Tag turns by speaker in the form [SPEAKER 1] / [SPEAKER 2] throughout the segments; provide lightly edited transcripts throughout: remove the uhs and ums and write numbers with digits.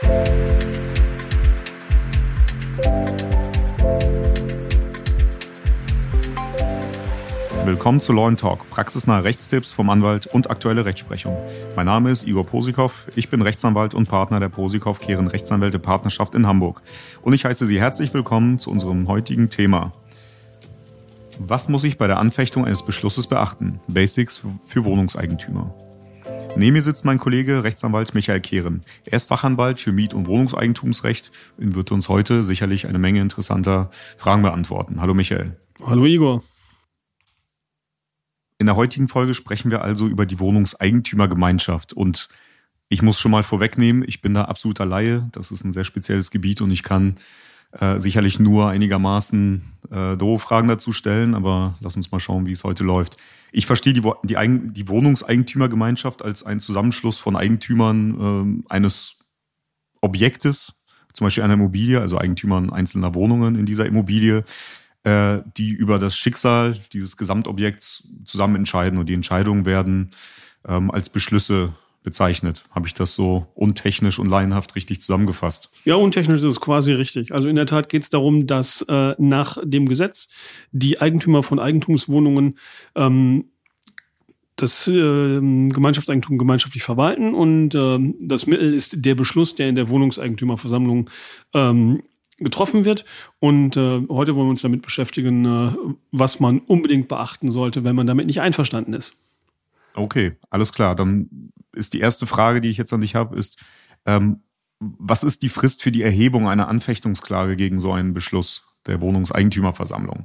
[SPEAKER 1] Willkommen zu Law & Talk, praxisnahe Rechtstipps vom Anwalt und aktuelle Rechtsprechung. Mein Name ist Igor Posikow, ich bin Rechtsanwalt und Partner der Posikow-Kehren Rechtsanwälte Partnerschaft in Hamburg. Und ich heiße Sie herzlich willkommen zu unserem heutigen Thema. Was muss ich bei der Anfechtung eines Beschlusses beachten? Basics für Wohnungseigentümer. Neben mir sitzt mein Kollege Rechtsanwalt Michael Kehren. Er ist Fachanwalt für Miet- und Wohnungseigentumsrecht und wird uns heute sicherlich eine Menge interessanter Fragen beantworten. Hallo Michael.
[SPEAKER 2] Hallo Igor.
[SPEAKER 1] In der heutigen Folge sprechen wir also über die Wohnungseigentümergemeinschaft. Und ich muss schon mal vorwegnehmen, ich bin da absoluter Laie. Das ist ein sehr spezielles Gebiet und ich kann sicherlich nur einigermaßen doofe Fragen dazu stellen. Aber lass uns mal schauen, wie es heute läuft. Ich verstehe die Wohnungseigentümergemeinschaft als einen Zusammenschluss von Eigentümern eines Objektes, zum Beispiel einer Immobilie, also Eigentümern einzelner Wohnungen in dieser Immobilie, die über das Schicksal dieses Gesamtobjekts zusammen entscheiden. Und die Entscheidungen werden als Beschlüsse bezeichnet. Habe ich das so untechnisch und laienhaft richtig zusammengefasst?
[SPEAKER 2] Ja, untechnisch ist es quasi richtig. Also in der Tat geht es darum, dass nach dem Gesetz die Eigentümer von Eigentumswohnungen das Gemeinschaftseigentum gemeinschaftlich verwalten. Und das Mittel ist der Beschluss, der in der Wohnungseigentümerversammlung getroffen wird. Und heute wollen wir uns damit beschäftigen, was man unbedingt beachten sollte, wenn man damit nicht einverstanden ist.
[SPEAKER 1] Okay, alles klar. Dann ist die erste Frage, die ich jetzt an dich habe, ist, was ist die Frist für die Erhebung einer Anfechtungsklage gegen so einen Beschluss der Wohnungseigentümerversammlung?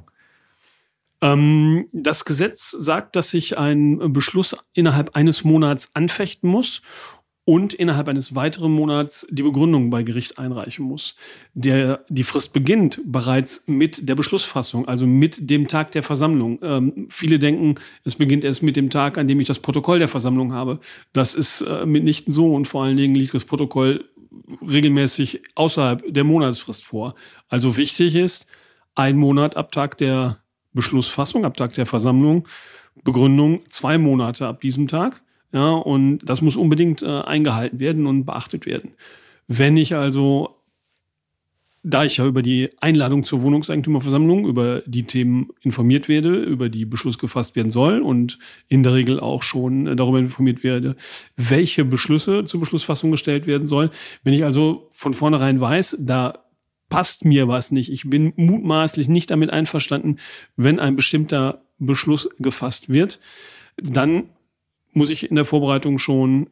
[SPEAKER 2] Das Gesetz sagt, dass ich einen Beschluss innerhalb eines Monats anfechten muss und innerhalb eines weiteren Monats die Begründung bei Gericht einreichen muss. Die Frist beginnt bereits mit der Beschlussfassung, also mit dem Tag der Versammlung. Viele denken, es beginnt erst mit dem Tag, an dem ich das Protokoll der Versammlung habe. Das ist mitnichten so und vor allen Dingen liegt das Protokoll regelmäßig außerhalb der Monatsfrist vor. Also wichtig ist, ein Monat ab Tag der Beschlussfassung, ab Tag der Versammlung, Begründung 2 Monate ab diesem Tag. Ja, und das muss unbedingt eingehalten werden und beachtet werden. Wenn ich also, da ich ja über die Einladung zur Wohnungseigentümerversammlung, über die Themen informiert werde, über die Beschluss gefasst werden soll und in der Regel auch schon darüber informiert werde, welche Beschlüsse zur Beschlussfassung gestellt werden sollen. Wenn ich also von vornherein weiß, da passt mir was nicht, ich bin mutmaßlich nicht damit einverstanden, wenn ein bestimmter Beschluss gefasst wird, dann muss ich in der Vorbereitung schon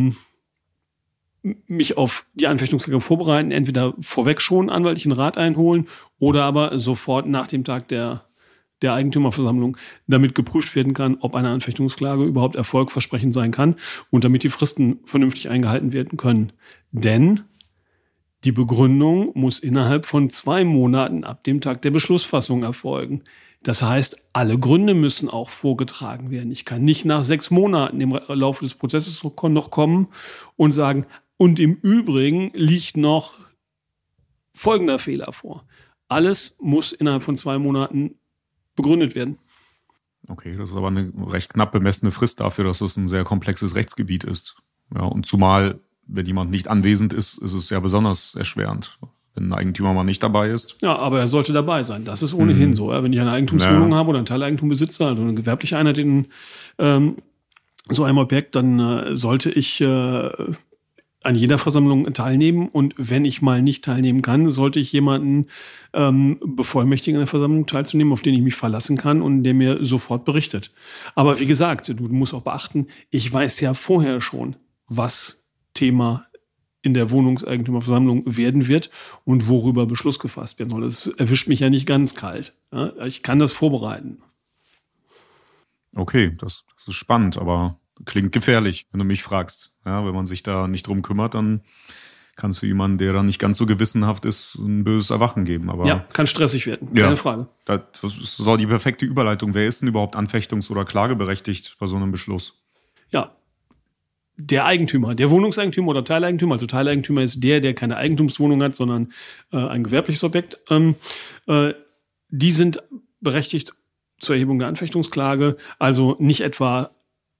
[SPEAKER 2] mich auf die Anfechtungsklage vorbereiten, entweder vorweg schon anwaltlichen Rat einholen oder aber sofort nach dem Tag der Eigentümerversammlung, damit geprüft werden kann, ob eine Anfechtungsklage überhaupt erfolgversprechend sein kann und damit die Fristen vernünftig eingehalten werden können. Denn die Begründung muss innerhalb von 2 Monaten ab dem Tag der Beschlussfassung erfolgen. Das heißt, alle Gründe müssen auch vorgetragen werden. Ich kann nicht nach 6 Monaten im Laufe des Prozesses noch kommen und sagen, und im Übrigen liegt noch folgender Fehler vor. Alles muss innerhalb von 2 Monaten begründet werden.
[SPEAKER 1] Okay, das ist aber eine recht knapp bemessene Frist dafür, dass es ein sehr komplexes Rechtsgebiet ist. Ja, und zumal, wenn jemand nicht anwesend ist, ist es ja besonders erschwerend, wenn ein Eigentümer mal nicht dabei ist.
[SPEAKER 2] Ja, aber er sollte dabei sein. Das ist ohnehin so. Ja? Wenn ich eine Eigentumswohnung habe oder ein Teileigentum besitze, also eine gewerbliche Einheit in so einem Objekt, dann sollte ich an jeder Versammlung teilnehmen. Und wenn ich mal nicht teilnehmen kann, sollte ich jemanden bevollmächtigen, an der Versammlung teilzunehmen, auf den ich mich verlassen kann und der mir sofort berichtet. Aber wie gesagt, du musst auch beachten, ich weiß ja vorher schon, was Thema in der Wohnungseigentümerversammlung werden wird und worüber Beschluss gefasst werden soll. Das erwischt mich ja nicht ganz kalt. Ja? Ich kann das vorbereiten.
[SPEAKER 1] Okay, das ist spannend, aber klingt gefährlich, wenn du mich fragst. Ja, wenn man sich da nicht drum kümmert, dann kann es für jemanden, der dann nicht ganz so gewissenhaft ist, ein böses Erwachen geben. Aber
[SPEAKER 2] ja, kann stressig werden, keine Frage.
[SPEAKER 1] Das ist die perfekte Überleitung. Wer ist denn überhaupt anfechtungs- oder klageberechtigt bei so einem Beschluss?
[SPEAKER 2] Ja, der Eigentümer, der Wohnungseigentümer oder Teileigentümer. Also Teileigentümer ist der keine Eigentumswohnung hat, sondern ein gewerbliches Objekt. Die sind berechtigt zur Erhebung der Anfechtungsklage. Also nicht etwa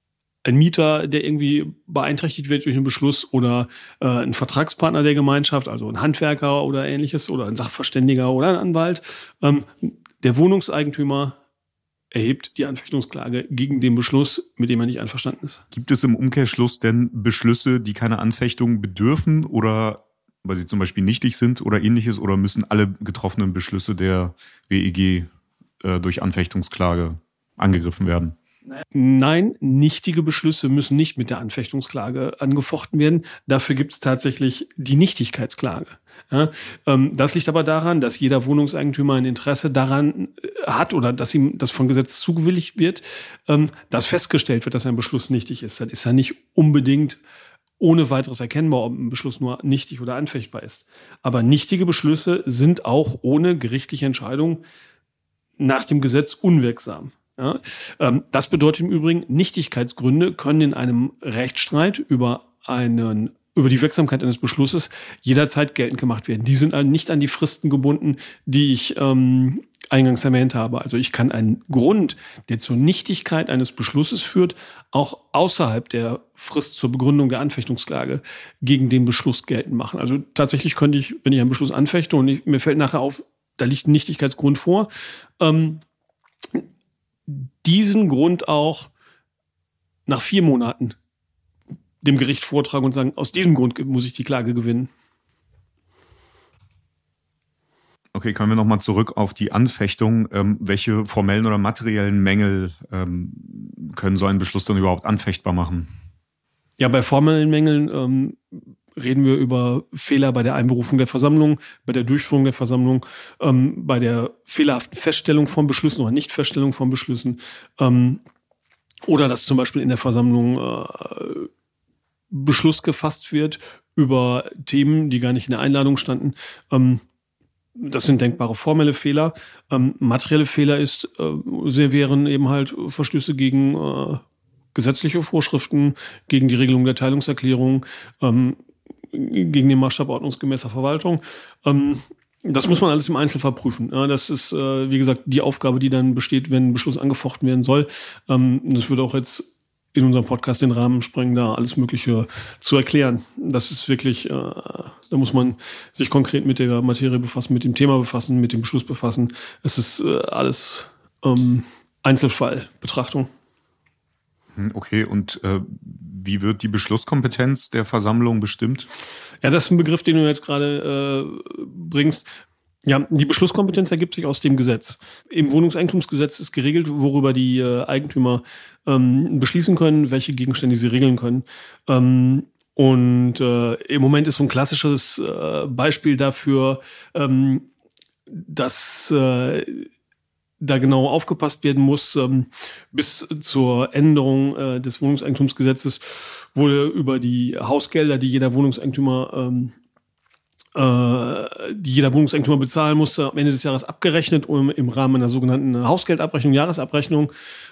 [SPEAKER 2] ein Mieter, der irgendwie beeinträchtigt wird durch einen Beschluss oder ein Vertragspartner der Gemeinschaft, also ein Handwerker oder ähnliches oder ein Sachverständiger oder ein Anwalt. Der Wohnungseigentümer erhebt die Anfechtungsklage gegen den Beschluss, mit dem er nicht einverstanden ist.
[SPEAKER 1] Gibt es im Umkehrschluss denn Beschlüsse, die keine Anfechtung bedürfen oder weil sie zum Beispiel nichtig sind oder ähnliches, oder müssen alle getroffenen Beschlüsse der WEG durch Anfechtungsklage angegriffen werden?
[SPEAKER 2] Nein, nichtige Beschlüsse müssen nicht mit der Anfechtungsklage angefochten werden. Dafür gibt es tatsächlich die Nichtigkeitsklage. Ja, das liegt aber daran, dass jeder Wohnungseigentümer ein Interesse daran hat oder dass ihm das von Gesetz zugewilligt wird, dass festgestellt wird, dass ein Beschluss nichtig ist. Das ist ja nicht unbedingt ohne weiteres erkennbar, ob ein Beschluss nur nichtig oder anfechtbar ist. Aber nichtige Beschlüsse sind auch ohne gerichtliche Entscheidung nach dem Gesetz unwirksam. Ja, das bedeutet im Übrigen, Nichtigkeitsgründe können in einem Rechtsstreit über die Wirksamkeit eines Beschlusses jederzeit geltend gemacht werden. Die sind nicht an die Fristen gebunden, die ich eingangs erwähnt habe. Also ich kann einen Grund, der zur Nichtigkeit eines Beschlusses führt, auch außerhalb der Frist zur Begründung der Anfechtungsklage gegen den Beschluss geltend machen. Also tatsächlich könnte ich, wenn ich einen Beschluss anfechte und mir fällt nachher auf, da liegt ein Nichtigkeitsgrund vor, diesen Grund auch nach 4 Monaten dem Gericht vortragen und sagen, aus diesem Grund muss ich die Klage gewinnen.
[SPEAKER 1] Okay, kommen wir nochmal zurück auf die Anfechtung. Welche formellen oder materiellen Mängel können so einen Beschluss dann überhaupt anfechtbar machen?
[SPEAKER 2] Ja, bei formellen Mängeln reden wir über Fehler bei der Einberufung der Versammlung, bei der Durchführung der Versammlung, bei der fehlerhaften Feststellung von Beschlüssen oder Nichtfeststellung von Beschlüssen oder dass zum Beispiel in der Versammlung Beschluss gefasst wird über Themen, die gar nicht in der Einladung standen. Das sind denkbare formelle Fehler. Materielle Fehler wären eben halt Verstöße gegen gesetzliche Vorschriften, gegen die Regelung der Teilungserklärung, gegen den Maßstab ordnungsgemäßer Verwaltung. Das muss man alles im Einzelfall prüfen. Ja, das ist, wie gesagt, die Aufgabe, die dann besteht, wenn ein Beschluss angefochten werden soll. Das würde auch jetzt in unserem Podcast den Rahmen sprengen, da alles Mögliche zu erklären. Das ist wirklich, da muss man sich konkret mit der Materie befassen, mit dem Thema befassen, mit dem Beschluss befassen. Es ist alles Einzelfallbetrachtung.
[SPEAKER 1] Okay, und wie wird die Beschlusskompetenz der Versammlung bestimmt?
[SPEAKER 2] Ja, das ist ein Begriff, den du jetzt gerade bringst. Ja, die Beschlusskompetenz ergibt sich aus dem Gesetz. Im Wohnungseigentumsgesetz ist geregelt, worüber die Eigentümer beschließen können, welche Gegenstände sie regeln können. Und im Moment ist so ein klassisches Beispiel dafür, dass da genau aufgepasst werden muss. Bis zur Änderung des Wohnungseigentumsgesetzes wurde über die Hausgelder, die jeder Wohnungseigentümer bezahlen musste, am Ende des Jahres abgerechnet im Rahmen einer sogenannten Hausgeldabrechnung, Jahresabrechnung.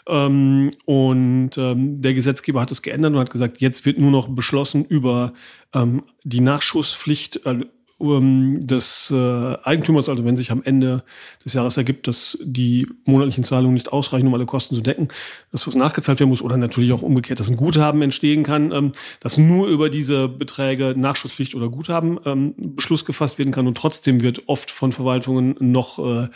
[SPEAKER 2] Der Gesetzgeber hat es geändert und hat gesagt, jetzt wird nur noch beschlossen über die Nachschusspflicht des Eigentümers, also wenn sich am Ende des Jahres ergibt, dass die monatlichen Zahlungen nicht ausreichen, um alle Kosten zu decken, dass was nachgezahlt werden muss oder natürlich auch umgekehrt, dass ein Guthaben entstehen kann, dass nur über diese Beträge Nachschusspflicht oder Guthaben Beschluss gefasst werden kann und trotzdem wird oft von Verwaltungen noch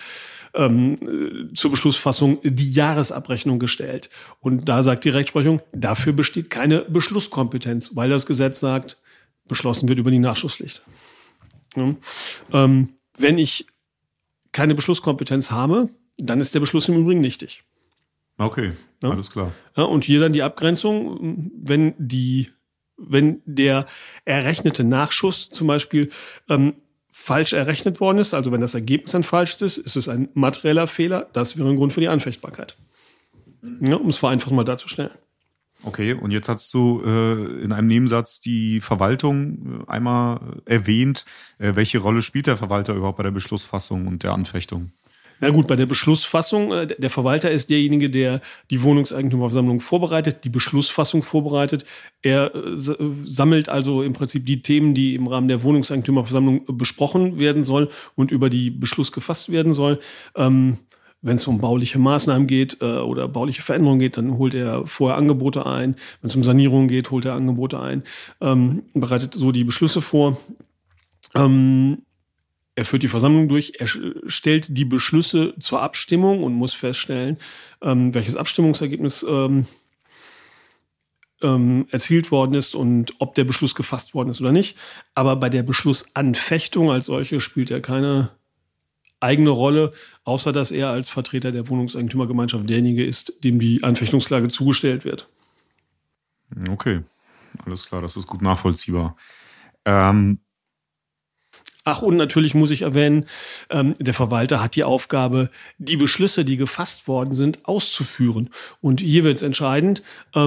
[SPEAKER 2] zur Beschlussfassung die Jahresabrechnung gestellt. Und da sagt die Rechtsprechung, dafür besteht keine Beschlusskompetenz, weil das Gesetz sagt, beschlossen wird über die Nachschusspflicht. Ja. Wenn ich keine Beschlusskompetenz habe, dann ist der Beschluss im Übrigen nichtig.
[SPEAKER 1] Okay, ja? Alles klar.
[SPEAKER 2] Ja, und hier dann die Abgrenzung, wenn der errechnete Nachschuss zum Beispiel falsch errechnet worden ist, also wenn das Ergebnis dann falsch ist es ein materieller Fehler, das wäre ein Grund für die Anfechtbarkeit. Ja, um es vereinfacht mal darzustellen.
[SPEAKER 1] Okay, und jetzt hast du in einem Nebensatz die Verwaltung einmal erwähnt. Welche Rolle spielt der Verwalter überhaupt bei der Beschlussfassung und der Anfechtung?
[SPEAKER 2] Na gut, bei der Beschlussfassung, der Verwalter ist derjenige, der die Wohnungseigentumsversammlung vorbereitet, die Beschlussfassung vorbereitet. Er sammelt also im Prinzip die Themen, die im Rahmen der Wohnungseigentümerversammlung besprochen werden soll und über die Beschluss gefasst werden soll. Wenn es um bauliche Maßnahmen geht oder bauliche Veränderungen geht, dann holt er vorher Angebote ein. Wenn es um Sanierung geht, holt er Angebote ein, bereitet so die Beschlüsse vor. Er führt die Versammlung durch, er stellt die Beschlüsse zur Abstimmung und muss feststellen, welches Abstimmungsergebnis erzielt worden ist und ob der Beschluss gefasst worden ist oder nicht. Aber bei der Beschlussanfechtung als solche spielt er keine eigene Rolle, außer dass er als Vertreter der Wohnungseigentümergemeinschaft derjenige ist, dem die Anfechtungsklage zugestellt wird.
[SPEAKER 1] Okay, alles klar, das ist gut nachvollziehbar.
[SPEAKER 2] Ach, und natürlich muss ich erwähnen, der Verwalter hat die Aufgabe, die Beschlüsse, die gefasst worden sind, auszuführen. Und hier wird es entscheidend.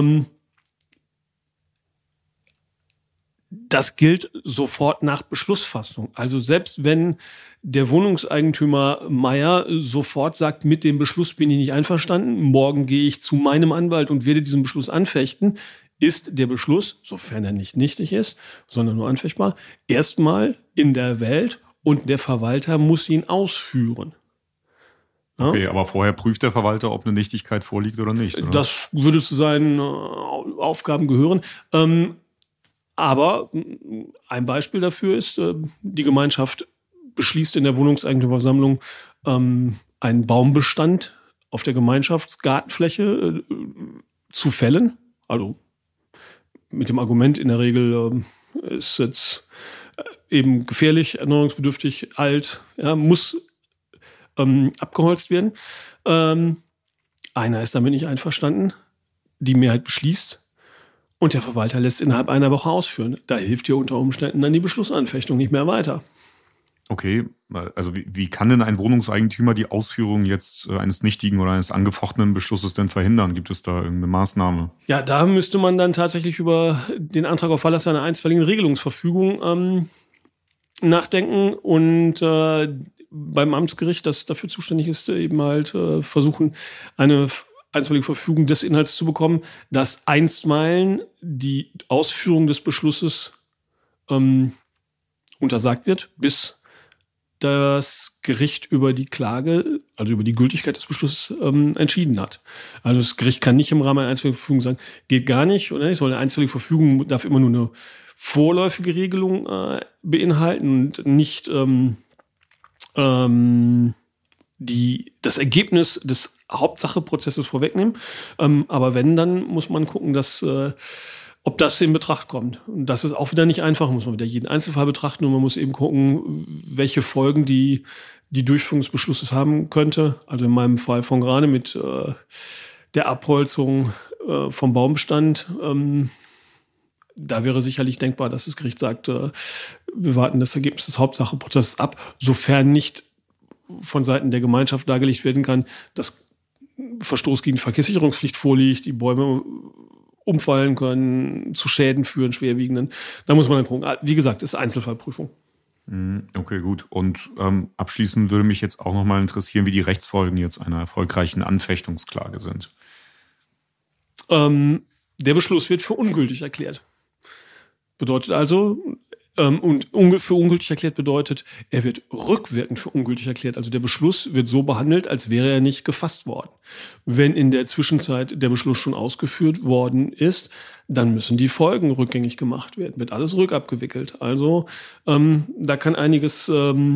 [SPEAKER 2] Das gilt sofort nach Beschlussfassung. Also selbst wenn der Wohnungseigentümer Meier sofort sagt, mit dem Beschluss bin ich nicht einverstanden, morgen gehe ich zu meinem Anwalt und werde diesen Beschluss anfechten, ist der Beschluss, sofern er nicht nichtig ist, sondern nur anfechtbar, erstmal in der Welt und der Verwalter muss ihn ausführen. Ja?
[SPEAKER 1] Okay, aber vorher prüft der Verwalter, ob eine Nichtigkeit vorliegt oder nicht, oder?
[SPEAKER 2] Das würde zu seinen Aufgaben gehören. Aber ein Beispiel dafür ist, die Gemeinschaft beschließt in der Wohnungseigentümerversammlung einen Baumbestand auf der Gemeinschaftsgartenfläche zu fällen. Also mit dem Argument in der Regel ist jetzt eben gefährlich, erneuerungsbedürftig, alt, ja, muss abgeholzt werden. Einer ist damit nicht einverstanden, die Mehrheit beschließt und der Verwalter lässt innerhalb einer Woche ausführen. Da hilft dir unter Umständen dann die Beschlussanfechtung nicht mehr weiter.
[SPEAKER 1] Okay, also wie kann denn ein Wohnungseigentümer die Ausführung jetzt eines nichtigen oder eines angefochtenen Beschlusses denn verhindern? Gibt es da irgendeine Maßnahme?
[SPEAKER 2] Ja, da müsste man dann tatsächlich über den Antrag auf Erlass einer einstweiligen Regelungsverfügung nachdenken und beim Amtsgericht, das dafür zuständig ist, eben halt versuchen, eine einstweilige Verfügung des Inhalts zu bekommen, dass einstweilen die Ausführung des Beschlusses untersagt wird, bis das Gericht über die Klage, also über die Gültigkeit des Beschlusses, entschieden hat. Also das Gericht kann nicht im Rahmen einer einstweiligen Verfügung sagen, geht gar nicht, oder? Soll eine einstweilige Verfügung darf immer nur eine vorläufige Regelung beinhalten und nicht das Ergebnis des Hauptsacheprozesses vorwegnehmen. Aber wenn, dann muss man gucken, dass ob das in Betracht kommt. Und das ist auch wieder nicht einfach, muss man wieder jeden Einzelfall betrachten und man muss eben gucken, welche Folgen die Durchführung des Beschlusses haben könnte. Also in meinem Fall von gerade mit der Abholzung vom Baumbestand, da wäre sicherlich denkbar, dass das Gericht sagt, wir warten das Ergebnis des Hauptsacheprozesses ab, sofern nicht von Seiten der Gemeinschaft dargelegt werden kann, dass Verstoß gegen die Verkehrssicherungspflicht vorliegt, die Bäume umfallen können, zu Schäden führen, schwerwiegenden. Da muss man dann gucken. Wie gesagt, ist Einzelfallprüfung.
[SPEAKER 1] Okay, gut. Und abschließend würde mich jetzt auch nochmal interessieren, wie die Rechtsfolgen jetzt einer erfolgreichen Anfechtungsklage sind.
[SPEAKER 2] Der Beschluss wird für ungültig erklärt. Bedeutet also, und für ungültig erklärt bedeutet, er wird rückwirkend für ungültig erklärt. Also der Beschluss wird so behandelt, als wäre er nicht gefasst worden. Wenn in der Zwischenzeit der Beschluss schon ausgeführt worden ist, dann müssen die Folgen rückgängig gemacht werden. Wird alles rückabgewickelt. Also da kann einiges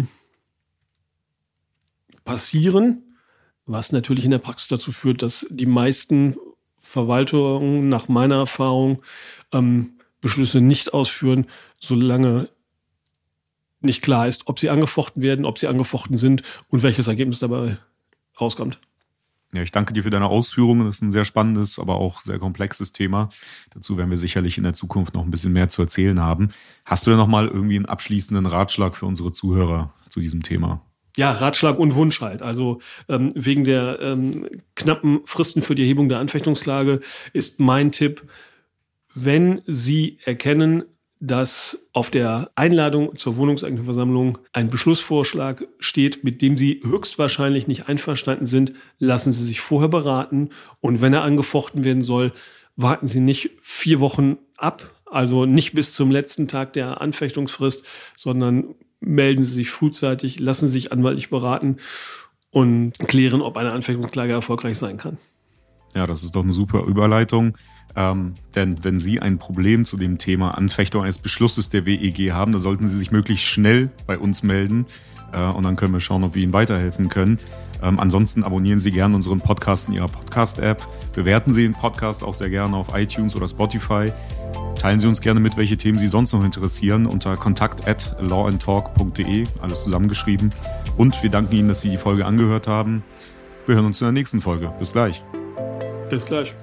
[SPEAKER 2] passieren, was natürlich in der Praxis dazu führt, dass die meisten Verwaltungen nach meiner Erfahrung Beschlüsse nicht ausführen, solange nicht klar ist, ob sie angefochten werden, ob sie angefochten sind und welches Ergebnis dabei rauskommt.
[SPEAKER 1] Ja, ich danke dir für deine Ausführungen. Das ist ein sehr spannendes, aber auch sehr komplexes Thema. Dazu werden wir sicherlich in der Zukunft noch ein bisschen mehr zu erzählen haben. Hast du denn noch mal irgendwie einen abschließenden Ratschlag für unsere Zuhörer zu diesem Thema?
[SPEAKER 2] Ja, Ratschlag und Wunsch halt. Also wegen der knappen Fristen für die Erhebung der Anfechtungsklage ist mein Tipp, wenn Sie erkennen, dass auf der Einladung zur Wohnungseigentumsversammlung ein Beschlussvorschlag steht, mit dem Sie höchstwahrscheinlich nicht einverstanden sind, lassen Sie sich vorher beraten. Und wenn er angefochten werden soll, warten Sie nicht 4 Wochen ab, also nicht bis zum letzten Tag der Anfechtungsfrist, sondern melden Sie sich frühzeitig, lassen Sie sich anwaltlich beraten und klären, ob eine Anfechtungsklage erfolgreich sein kann.
[SPEAKER 1] Ja, das ist doch eine super Überleitung. Denn wenn Sie ein Problem zu dem Thema Anfechtung eines Beschlusses der WEG haben, dann sollten Sie sich möglichst schnell bei uns melden. Und dann können wir schauen, ob wir Ihnen weiterhelfen können. Ansonsten abonnieren Sie gerne unseren Podcast in Ihrer Podcast-App. Bewerten Sie den Podcast auch sehr gerne auf iTunes oder Spotify. Teilen Sie uns gerne mit, welche Themen Sie sonst noch interessieren, unter kontakt@lawandtalk.de, alles zusammengeschrieben. Und wir danken Ihnen, dass Sie die Folge angehört haben. Wir hören uns in der nächsten Folge. Bis gleich.
[SPEAKER 2] Bis gleich.